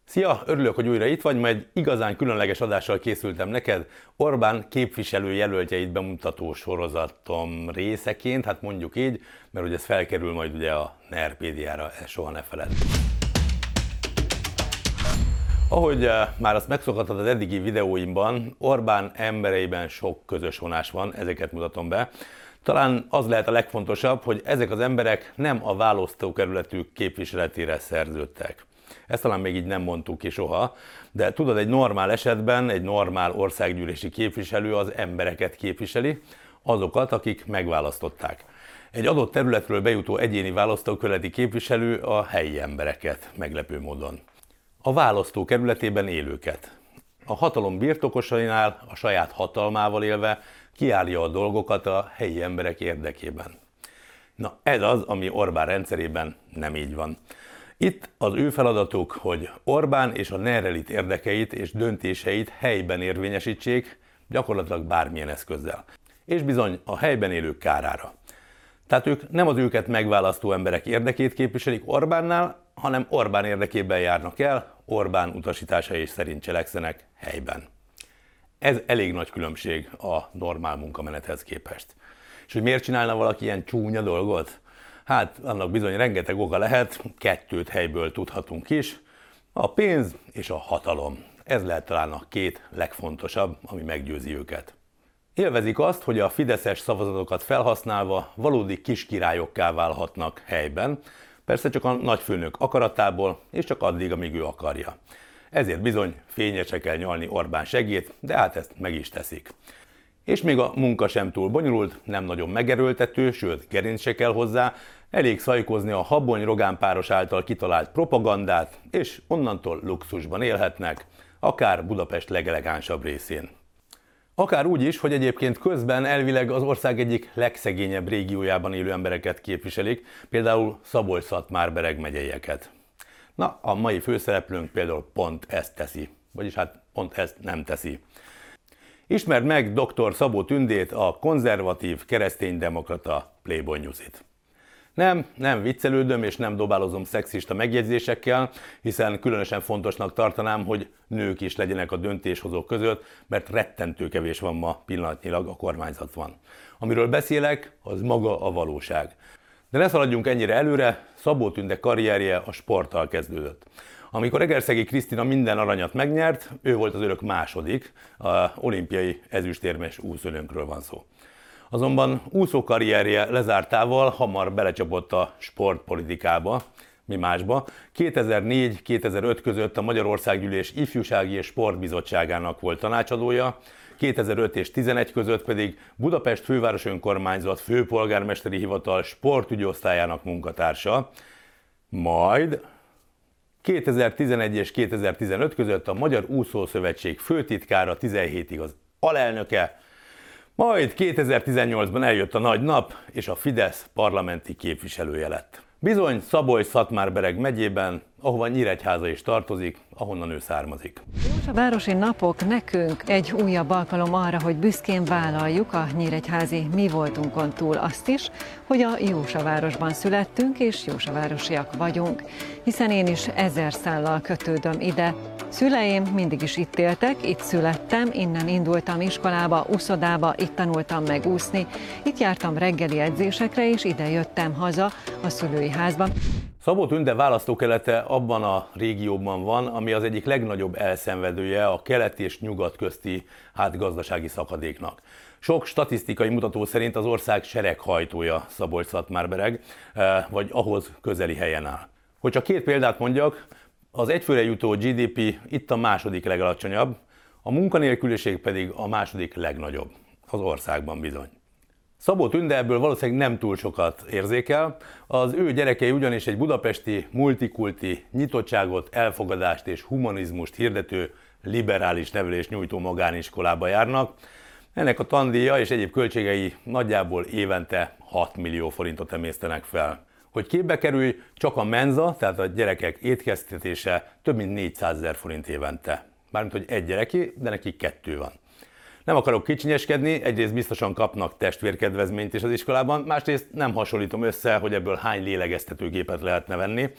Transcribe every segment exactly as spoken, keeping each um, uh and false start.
Szia! Örülök, hogy újra itt vagy, ma egy igazán különleges adással készültem neked. Orbán képviselő jelöltjeit bemutató sorozatom részeként, hát mondjuk így, mert hogy ez felkerül majd ugye a Nerpédiára, ezt soha ne feledd. Ahogy már azt megszokhattad az eddigi videóimban, Orbán embereiben sok közös vonás van, ezeket mutatom be. Talán az lehet a legfontosabb, hogy ezek az emberek nem a választókerületük képviseletére szerződtek. Ezt talán még így nem mondtuk ki soha, de tudod, egy normál esetben egy normál országgyűlési képviselő az embereket képviseli, azokat, akik megválasztották. Egy adott területről bejutó egyéni választókerületi képviselő a helyi embereket, meglepő módon. A választókerületében élőket. A hatalom birtokosainál, a saját hatalmával élve kiállja a dolgokat a helyi emberek érdekében. Na ez az, ami Orbán rendszerében nem így van. Itt az ő feladatuk, hogy Orbán és a NER-elit érdekeit és döntéseit helyben érvényesítsék, gyakorlatilag bármilyen eszközzel. És bizony a helyben élők kárára. Tehát ők nem az őket megválasztó emberek érdekét képviselik Orbánnál, hanem Orbán érdekében járnak el, Orbán utasításai szerint cselekszenek helyben. Ez elég nagy különbség a normál munkamenethez képest. És hogy miért csinálna valaki ilyen csúnya dolgot? Hát annak bizony rengeteg oka lehet, kettőt helyből tudhatunk is, a pénz és a hatalom. Ez lehet talán a két legfontosabb, ami meggyőzi őket. Élvezik azt, hogy a fideszes szavazatokat felhasználva valódi kiskirályokká válhatnak helyben, persze csak a nagyfőnök akaratából, és csak addig, amíg ő akarja. Ezért bizony fényesre kell nyalni Orbán segét, de hát ezt meg is teszik. És még a munka sem túl bonyolult, nem nagyon megerőltető, sőt gerinc se kell hozzá, elég szajkozni a Habony-Rogán páros által kitalált propagandát, és onnantól luxusban élhetnek, akár Budapest legelegánsabb részén. Akár úgy is, hogy egyébként közben elvileg az ország egyik legszegényebb régiójában élő embereket képviselik, például Szabolcs-Szatmár-Bereg megyeieket. Na, a mai főszereplőnk például pont ezt teszi, vagyis hát pont ezt nem teszi. Ismerd meg doktor Szabó Tündét, a konzervatív kereszténydemokrata Playboy Newsit. Nem, nem viccelődöm és nem dobálozom szexista megjegyzésekkel, hiszen különösen fontosnak tartanám, hogy nők is legyenek a döntéshozók között, mert rettentő kevés van ma pillanatnyilag a kormányzatban. Amiről beszélek, az maga a valóság. De ne szaladjunk ennyire előre, Szabó Tünde karrierje a sporttal kezdődött. Amikor Egerszegi Krisztina minden aranyat megnyert, ő volt az örök második, az olimpiai ezüstérmes úszónőnkről van szó. Azonban úszó karrierje lezártával hamar belecsapott a sportpolitikába, mi másba. kétezer-négy-kétezer-öt között a Magyarországgyűlés Ifjúsági és Sportbizottságának volt tanácsadója, kétezer-öt és tizenegy között pedig Budapest főváros önkormányzat főpolgármesteri hivatal sportügyi osztályának munkatársa, majd kétezer-tizenegy és kétezer-tizenöt között a Magyar Úszószövetség főtitkára, tizenhétig az alelnöke, majd kétezer-tizennyolcban eljött a nagy nap, és a Fidesz parlamenti képviselője lett. Bizony Szabolcs-Szatmár-Bereg megyében, ahova Nyíregyháza is tartozik, ahonnan ő származik. A városi napok nekünk egy újabb alkalom arra, hogy büszkén vállaljuk a nyíregyházi mi voltunkon túl azt is, hogy a Jósavárosban születtünk és jósavárosiak vagyunk, hiszen én is ezer szállal kötődöm ide. Szüleim mindig is itt éltek, itt születtem, innen indultam iskolába, úszodába, itt tanultam meg úszni, itt jártam reggeli edzésekre, és ide jöttem haza a szülői házba. Szabó Tünde választókerülete abban a régióban van, ami az egyik legnagyobb elszenvedője a kelet és nyugat közti hát gazdasági szakadéknak. Sok statisztikai mutató szerint az ország sereghajtója Szabolcs-Szatmár-Bereg, vagy ahhoz közeli helyen áll. Hogy csak két példát mondjak, az egyfőre jutó gé dé pé itt a második legalacsonyabb, a munkanélküliség pedig a második legnagyobb az országban bizony. Szabó Tünde ebből valószínűleg nem túl sokat érzékel, az ő gyerekei ugyanis egy budapesti, multikulti, nyitottságot, elfogadást és humanizmust hirdető, liberális nevelést nyújtó magániskolába járnak. Ennek a tandíja és egyéb költségei nagyjából évente hat millió forintot emésztenek fel. Hogy képbe kerülj, csak a menza, tehát a gyerekek étkeztetése több mint négyszázezer forint évente. Mármint, hogy egy gyereki, de nekik kettő van. Nem akarok kicsinyeskedni, egyrészt biztosan kapnak testvérkedvezményt is az iskolában, másrészt nem hasonlítom össze, hogy ebből hány lélegeztetőgépet lehetne venni,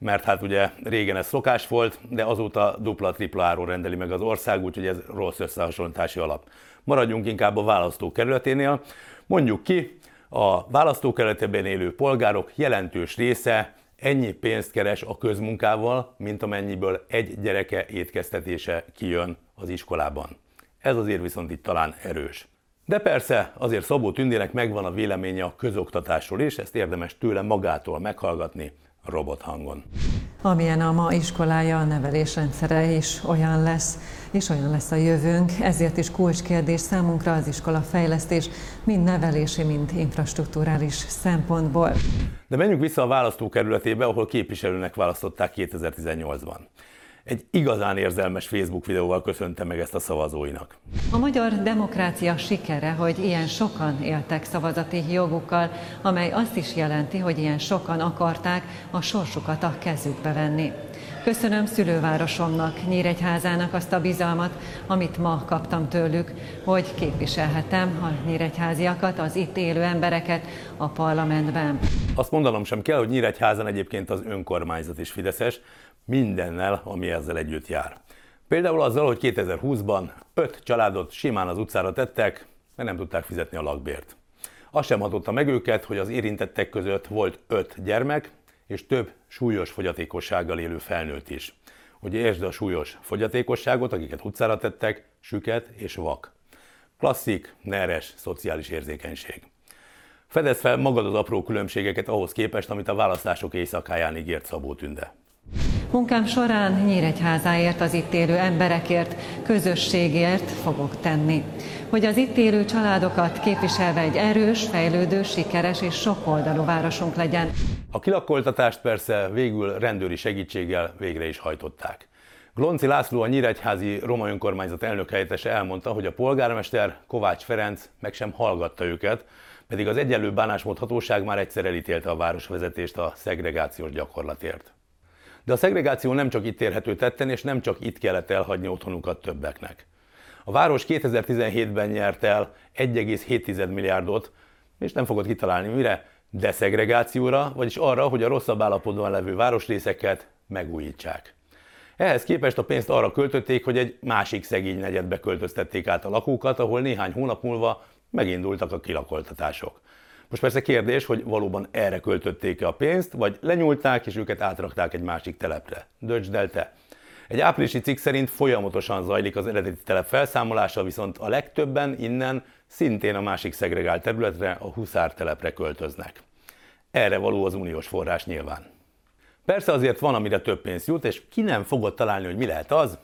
mert hát ugye régen ez szokás volt, de azóta dupla-tripla áron rendeli meg az ország, úgyhogy ez rossz összehasonlítási alap. Maradjunk inkább a választókerületénél. Mondjuk ki, a választókerületében élő polgárok jelentős része ennyi pénzt keres a közmunkával, mint amennyiből egy gyereke étkeztetése kijön az iskolában. Ez azért viszont itt talán erős. De persze azért Szabó Tündének megvan a véleménye a közoktatásról is, ezt érdemes tőle magától meghallgatni robothangon. Amilyen a ma iskolája, a nevelésrendszere is olyan lesz, és olyan lesz a jövőnk, ezért is kulcskérdés számunkra az iskola fejlesztés, mind nevelési, mind infrastrukturális szempontból. De menjünk vissza a választókerületébe, ahol képviselőnek választották kétezer-tizennyolcban. Egy igazán érzelmes Facebook videóval köszönte meg ezt a szavazóinak. A magyar demokrácia sikere, hogy ilyen sokan éltek szavazati jogukkal, amely azt is jelenti, hogy ilyen sokan akarták a sorsukat a kezükbe venni. Köszönöm szülővárosomnak, Nyíregyházának azt a bizalmat, amit ma kaptam tőlük, hogy képviselhetem a nyíregyháziakat, az itt élő embereket a parlamentben. Azt mondanom sem kell, hogy Nyíregyházan egyébként az önkormányzat is fideszes, mindennel, ami ezzel együtt jár. Például azzal, hogy kétezer-húszban öt családot simán az utcára tettek, mert nem tudták fizetni a lakbért. Azt sem hatotta meg őket, hogy az érintettek között volt öt gyermek, és több súlyos fogyatékossággal élő felnőtt is. Ugye értsd a súlyos fogyatékosságot, akiket utcára tettek, süket és vak. Klasszik, neres, szociális érzékenység. Fedezd fel magad az apró különbségeket ahhoz képest, amit a választások éjszakáján ígért Szabó Tünde. Munkám során Nyíregyházáért, az itt élő emberekért, közösségért fogok tenni. Hogy az itt élő családokat képviselve egy erős, fejlődő, sikeres és sokoldalú városunk legyen. A kilakkoltatást persze végül rendőri segítséggel végre is hajtották. Glonci László, a nyíregyházi roma önkormányzat elnökhelyettese elmondta, hogy a polgármester, Kovács Ferenc meg sem hallgatta őket, pedig az egyenlő bánásmód hatóság már egyszer elítélte a városvezetést a szegregációs gyakorlatért. De a szegregáció nem csak itt érhető tetten, és nem csak itt kellett elhagyni otthonukat többeknek. A város kétezer-tizenhétben nyert el egy egész hét milliárdot, és nem fogod kitalálni mire, deszegregációra, vagyis arra, hogy a rosszabb állapotban levő városrészeket megújítsák. Ehhez képest a pénzt arra költötték, hogy egy másik szegény negyedbe költöztették át a lakókat, ahol néhány hónap múlva megindultak a kilakoltatások. Most persze kérdés, hogy valóban erre költötték-e a pénzt, vagy lenyúlták és őket átrakták egy másik telepre. Döntsd el te! Egy áprilisi cikk szerint folyamatosan zajlik az eredeti telep felszámolása, viszont a legtöbben innen szintén a másik szegregált területre, a Huszár telepre költöznek. Erre való az uniós forrás nyilván. Persze azért van, amire több pénz jut, és ki nem fogod találni, hogy mi lehet az?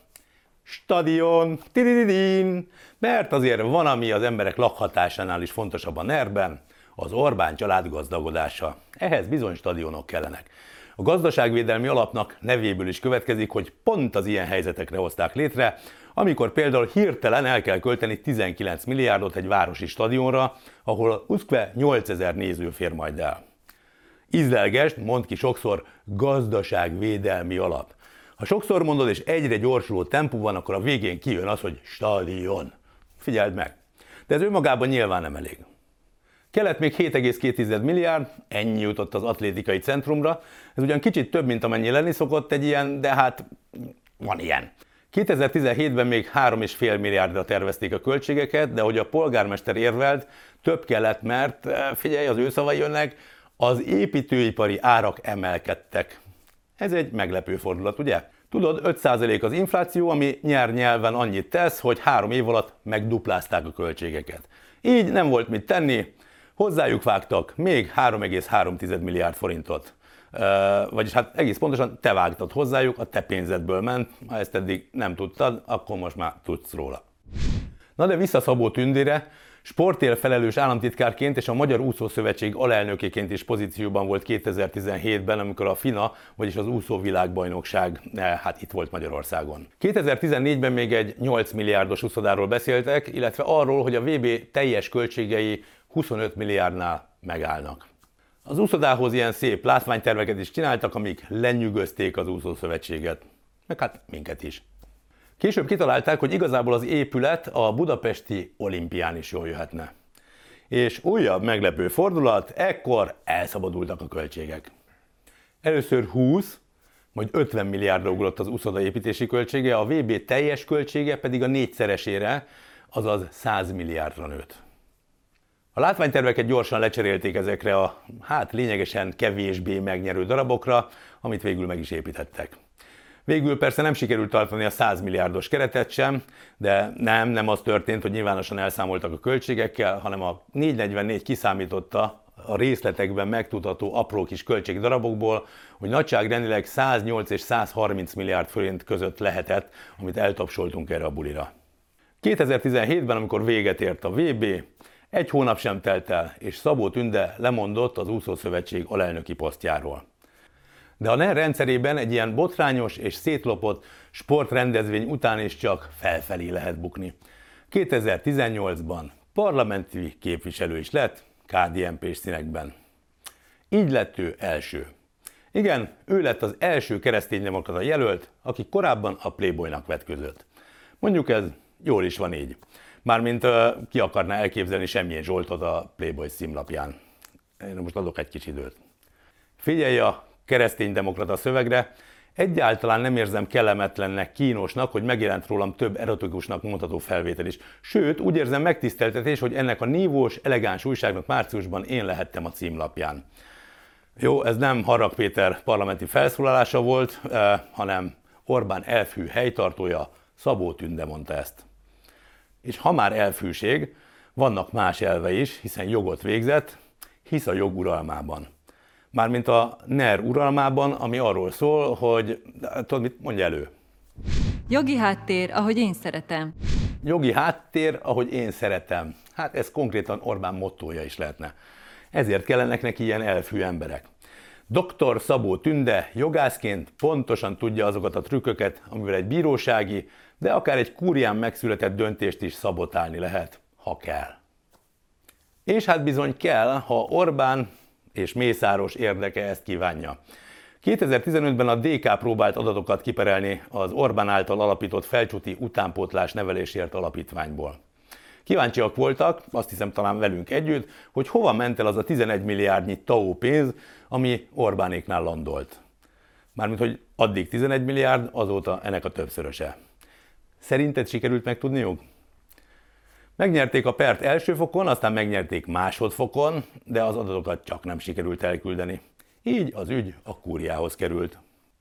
Stadion, tidididin, mert azért van, ami az emberek lakhatásánál is fontosabb a nerben, az Orbán család gazdagodása. Ehhez bizony stadionok kellenek. A gazdaságvédelmi alapnak nevéből is következik, hogy pont az ilyen helyzetekre hozták létre, amikor például hirtelen el kell költeni tizenkilenc milliárdot egy városi stadionra, ahol uszkve nyolcezer néző fér majd el. Ízlelgesd, mondd ki sokszor, gazdaságvédelmi alap. Ha sokszor mondod és egyre gyorsuló tempó van, akkor a végén kijön az, hogy stadion. Figyeld meg! De ez önmagában nyilván nem elég. Kellett még hét egész két milliárd, ennyi jutott az atlétikai centrumra. Ez ugyan kicsit több, mint amennyi lenni szokott egy ilyen, de hát van ilyen. kétezer-tizenhétben még három egész öt milliárdra tervezték a költségeket, de hogy a polgármester érvelt, több kellett, mert figyelj, az ő szavai jönnek, az építőipari árak emelkedtek. Ez egy meglepő fordulat, ugye? Tudod, öt százalék az infláció, ami nyer nyelven annyit tesz, hogy három év alatt megduplázták a költségeket. Így nem volt mit tenni, hozzájuk vágtak még három egész három milliárd forintot. Uh, vagyis hát egész pontosan te vágtad hozzájuk, a te pénzedből ment, ha ezt eddig nem tudtad, akkor most már tudsz róla. Na de vissza Szabó Tündére, sportért felelős államtitkárként és a Magyar Úszószövetség alelnökeként is pozícióban volt kétezer-tizenhétben, amikor a FINA, vagyis az úszóvilágbajnokság hát itt volt Magyarországon. kétezer-tizennégyben még egy nyolc milliárdos úszodáról beszéltek, illetve arról, hogy a vé bé teljes költségei huszonöt milliárdnál megállnak. Az úszodához ilyen szép látványterveket is csináltak, amik lenyűgözték az úszószövetséget, meg hát minket is. Később kitalálták, hogy igazából az épület a budapesti olimpián is jól jöhetne. És újabb meglepő fordulat, ekkor elszabadultak a költségek. Először húsz, majd ötven milliárdra ugrott az uszoda építési költsége, a vé bé teljes költsége pedig a négyszeresére, azaz száz milliárdra nőtt. A látványterveket gyorsan lecserélték ezekre a hát lényegesen kevésbé megnyerő darabokra, amit végül meg is építettek. Végül persze nem sikerült tartani a száz milliárdos keretet sem, de nem, nem az történt, hogy nyilvánosan elszámoltak a költségekkel, hanem a négyszáznegyvennégy kiszámította a részletekben megtudható apró kis költségdarabokból, hogy nagyságrendileg száznyolc és százharminc milliárd forint között lehetett, amit eltapsoltunk erre a bulira. kétezer-tizenhétben, amikor véget ért a vé bé, egy hónap sem telt el, és Szabó Tünde lemondott az úszószövetség alelnöki posztjáról. De a NER rendszerében egy ilyen botrányos és szétlopott sportrendezvény után is csak felfelé lehet bukni. kétezer-tizennyolcban parlamenti képviselő is lett, ká dé en pés színekben. Így lett ő első. Igen, ő lett az első kereszténydemokrata jelölt, aki korábban a Playboynak vetközött. Mondjuk ez jól is van így. Mármint uh, ki akarná elképzelni semmilyen Zsoltot a Playboy címlapján. Én most adok egy kis időt. Figyelj a kereszténydemokrata szövegre, egyáltalán nem érzem kellemetlennek, kínosnak, hogy megjelent rólam több erotikusnak mondható felvétel is. Sőt, úgy érzem megtiszteltetés, hogy ennek a nívós, elegáns újságnak márciusban én lehettem a címlapján. Jó, ez nem Harrag Péter parlamenti felszólalása volt, eh, hanem Orbán elfű helytartója, Szabó Tünde mondta ezt. És ha már elfűség, vannak más elve is, hiszen jogot végzett, hisz a jog uralmában. Mármint a NER uralmában, ami arról szól, hogy, tudod mit, mondj elő. Jogi háttér, ahogy én szeretem. Jogi háttér, ahogy én szeretem. Hát ez konkrétan Orbán mottója is lehetne. Ezért kellenek neki ilyen elfű emberek. doktor Szabó Tünde jogászként pontosan tudja azokat a trükköket, amivel egy bírósági, de akár egy kúrián megszületett döntést is szabotálni lehet, ha kell. És hát bizony kell, ha Orbán és Mészáros érdeke ezt kívánja. kétezer-tizenötben a dé ká próbált adatokat kiperelni az Orbán által alapított Felcsúti Utánpótlás Nevelésért Alapítványból. Kíváncsiak voltak, azt hiszem talán velünk együtt, hogy hova ment el az a tizenegy milliárdnyi tau pénz, ami Orbánéknál landolt. Mármint, hogy addig tizenegy milliárd, azóta ennek a többszöröse. Szerinted sikerült megtudniuk? Megnyerték a pert első fokon, aztán megnyerték másodfokon, de az adatokat csak nem sikerült elküldeni. Így az ügy a kúriához került.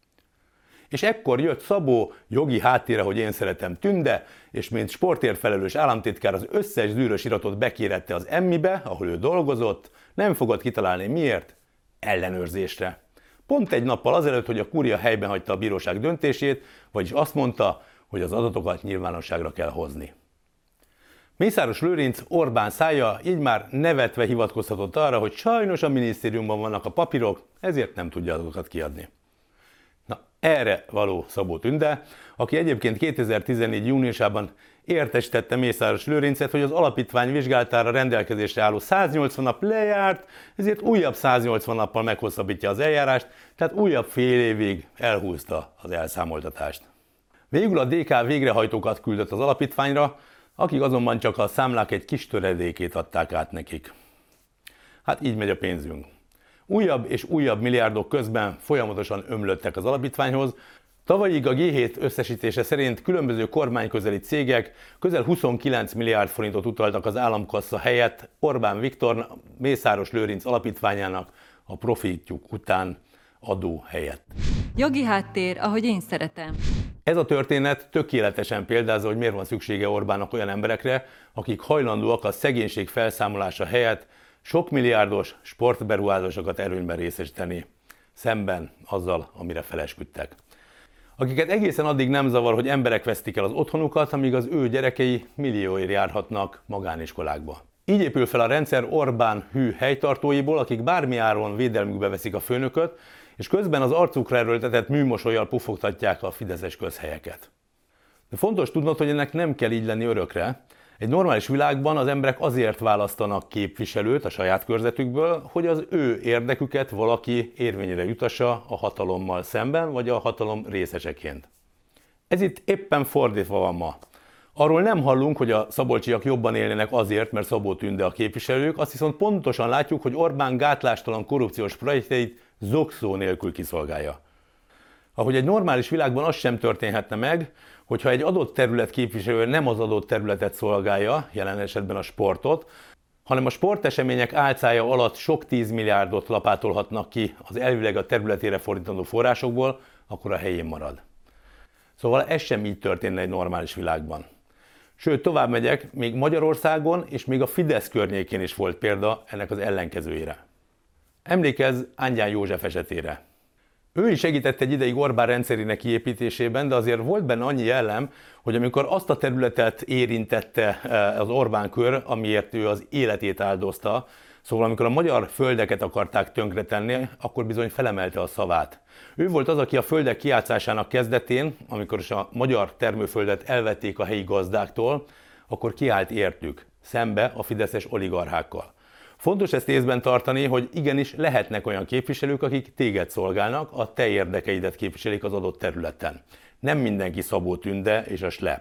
És ekkor jött Szabó, jogi háttére, hogy én szeretem Tünde, és mint sportért felelős államtitkár az összes zűrös iratot bekérette az emmibe, ahol ő dolgozott, nem fogod kitalálni miért? Ellenőrzésre. Pont egy nappal azelőtt, hogy a kúria helyben hagyta a bíróság döntését, vagyis azt mondta, hogy az adatokat nyilvánosságra kell hozni. Mészáros Lőrinc Orbán szája így már nevetve hivatkozhatott arra, hogy sajnos a minisztériumban vannak a papírok, ezért nem tudja azokat kiadni. Na, erre való Szabó Tünde, aki egyébként kétezer-tizennégy júniusában értesítette Mészáros Lőrincet, hogy az alapítvány vizsgálatára rendelkezésre álló száznyolcvan nap lejárt, ezért újabb száznyolcvan nappal meghosszabbítja az eljárást, tehát újabb fél évig elhúzta az elszámoltatást. Végül a dé ká végrehajtókat küldött az alapítványra, akik azonban csak a számlák egy kis töredékét adták át nekik. Hát így megy a pénzünk. Újabb és újabb milliárdok közben folyamatosan ömlöttek az alapítványhoz. Tavalyig a gé hét összesítése szerint különböző kormányközeli cégek közel huszonkilenc milliárd forintot utaltak az államkassa helyett Orbán Viktor Mészáros Lőrinc alapítványának a profitjuk után adó helyett. Jogi háttér, ahogy én szeretem. Ez a történet tökéletesen példázza, hogy miért van szüksége Orbánnak olyan emberekre, akik hajlandóak a szegénység felszámolása helyett sok milliárdos sportberuházásokat előnyben részesíteni, szemben azzal, amire felesküdtek. Akiket egészen addig nem zavar, hogy emberek vesztik el az otthonukat, amíg az ő gyerekei millióért járhatnak magániskolákba. Így épül fel a rendszer Orbán hű helytartóiból, akik bármi áron védelmükbe veszik a főnököt, és közben az arcukra erőltetett műmosollyal pufogtatják a fideszes közhelyeket. De fontos tudnod, hogy ennek nem kell így lenni örökre. Egy normális világban az emberek azért választanak képviselőt a saját körzetükből, hogy az ő érdeküket valaki érvényre jutassa a hatalommal szemben, vagy a hatalom részeseként. Ez itt éppen fordítva van ma. Arról nem hallunk, hogy a szabolcsiak jobban élnének azért, mert Szabó Tünde a képviselők, azt viszont pontosan látjuk, hogy Orbán gátlástalan korrupciós projektjeit zokszó nélkül kiszolgálja. Ahogy egy normális világban az sem történhetne meg, hogyha egy adott terület képviselője nem az adott területet szolgálja, jelen esetben a sportot, hanem a sportesemények álcája alatt sok tízmilliárdot lapátolhatnak ki az elvileg a területére fordítandó forrásokból, akkor a helyén marad. Szóval ez sem így történne egy normális világban. Sőt, tovább megyek, még Magyarországon és még a Fidesz környékén is volt példa ennek az ellenkezőjére. Emlékezz Ángyán József esetére. Ő is segített egy ideig Orbán rendszerének kiépítésében, de azért volt benne annyi jellem, hogy amikor azt a területet érintette az Orbán kör, amiért ő az életét áldozta, szóval amikor a magyar földeket akarták tönkretenni, akkor bizony felemelte a szavát. Ő volt az, aki a földek kijátszásának kezdetén, amikor is a magyar termőföldet elvették a helyi gazdáktól, akkor kiállt értük, szembe a fideszes oligarchákkal. Fontos ezt észben tartani, hogy igenis lehetnek olyan képviselők, akik téged szolgálnak, a te érdekeidet képviselik az adott területen. Nem mindenki Szabó Tünde és a Slep.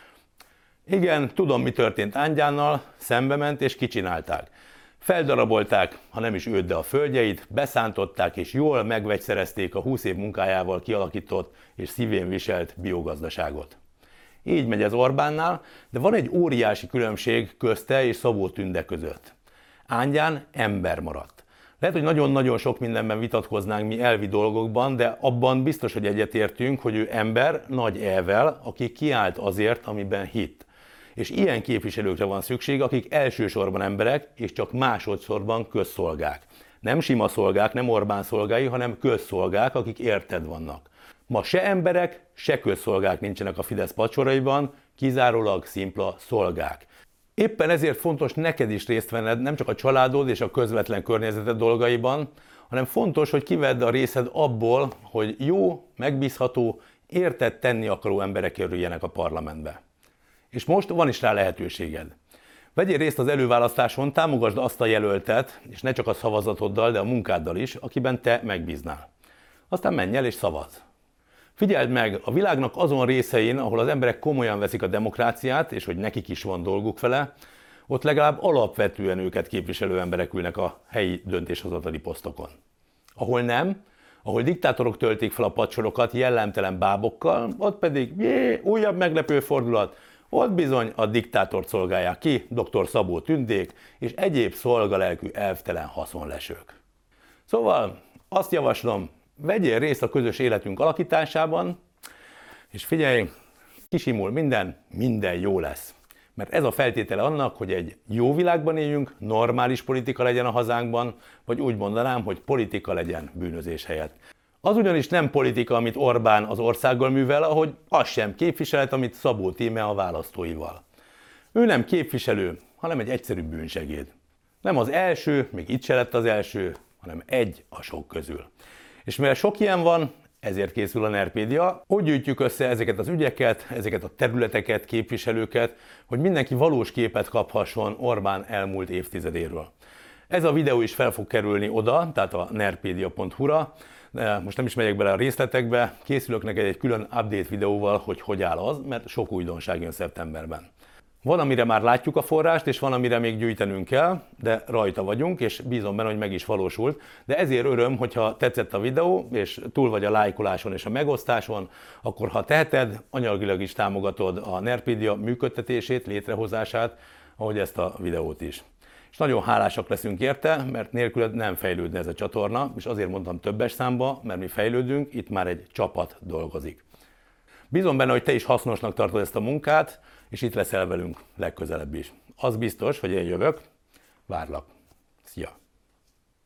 Igen, tudom, mi történt Ángyánnal, szembe ment és kicsinálták. Feldarabolták, ha nem is őt, de a földjeit, beszántották és jól megvegyszerezték a húsz év munkájával kialakított és szívén viselt biogazdaságot. Így megy ez Orbánnál, de van egy óriási különbség közte és Szabó Tünde között. Ángyán ember maradt. Lehet, hogy nagyon-nagyon sok mindenben vitatkoznánk mi elvi dolgokban, de abban biztos, hogy egyetértünk, hogy ő ember nagy E-vel, aki kiállt azért, amiben hitt. És ilyen képviselőkre van szükség, akik elsősorban emberek, és csak másodszorban közszolgák. Nem sima szolgák, nem Orbán szolgái, hanem közszolgák, akik érted vannak. Ma se emberek, se közszolgák nincsenek a Fidesz pacsoraiban, kizárólag szimpla szolgák. Éppen ezért fontos neked is részt venned nem csak a családod és a közvetlen környezeted dolgaiban, hanem fontos, hogy kivedd a részed abból, hogy jó, megbízható, érted tenni akaró emberek kerüljenek a parlamentbe. És most van is rá lehetőséged. Vegyél részt az előválasztáson, támogasd azt a jelöltet, és ne csak a szavazatoddal, de a munkáddal is, akiben te megbíznál. Aztán menj el és szavazz. Figyeld meg, a világnak azon részein, ahol az emberek komolyan veszik a demokráciát, és hogy nekik is van dolguk vele, ott legalább alapvetően őket képviselő emberek ülnek a helyi döntéshozatali posztokon. Ahol nem, ahol diktátorok töltik fel a padsorokat jellemtelen bábokkal, ott pedig jé, újabb meglepő fordulat, ott bizony a diktátort szolgálják ki, doktor Szabó Tündék és egyéb szolgalelkű elvtelen haszonlesők. Szóval azt javaslom, vegyél részt a közös életünk alakításában, és figyelj, kisimul minden, minden jó lesz. Mert ez a feltétele annak, hogy egy jó világban éljünk, normális politika legyen a hazánkban, vagy úgy mondanám, hogy politika legyen bűnözés helyett. Az ugyanis nem politika, amit Orbán az országgal művel, ahogy az sem képviselet, amit Szabó Tíme a választóival. Ő nem képviselő, hanem egy egyszerű bűnsegéd. Nem az első, még itt se lett az első, hanem egy a sok közül. És mivel sok ilyen van, ezért készül a Nerpédia. Úgy gyűjtjük össze ezeket az ügyeket, ezeket a területeket, képviselőket, hogy mindenki valós képet kaphasson Orbán elmúlt évtizedéről. Ez a videó is fel fog kerülni oda, tehát a nerpedia pont hu-ra. Most nem is megyek bele a részletekbe, készülök neked egy külön update videóval, hogy hogy áll az, mert sok újdonság jön szeptemberben. Van, amire már látjuk a forrást, és van, amire még gyűjtenünk kell, de rajta vagyunk, és bízom benne, hogy meg is valósult. De ezért öröm, hogyha tetszett a videó, és túl vagy a lájkoláson és a megosztáson, akkor ha teheted, anyagilag is támogatod a Nerpedia működtetését, létrehozását, ahogy ezt a videót is. És nagyon hálásak leszünk érte, mert nélküled nem fejlődne ez a csatorna, és azért mondtam többes számba, mert mi fejlődünk, itt már egy csapat dolgozik. Bízom benne, hogy te is hasznosnak tartod ezt a munkát, és itt leszel velünk legközelebb is. Az biztos, hogy én jövök, várlak. Szia!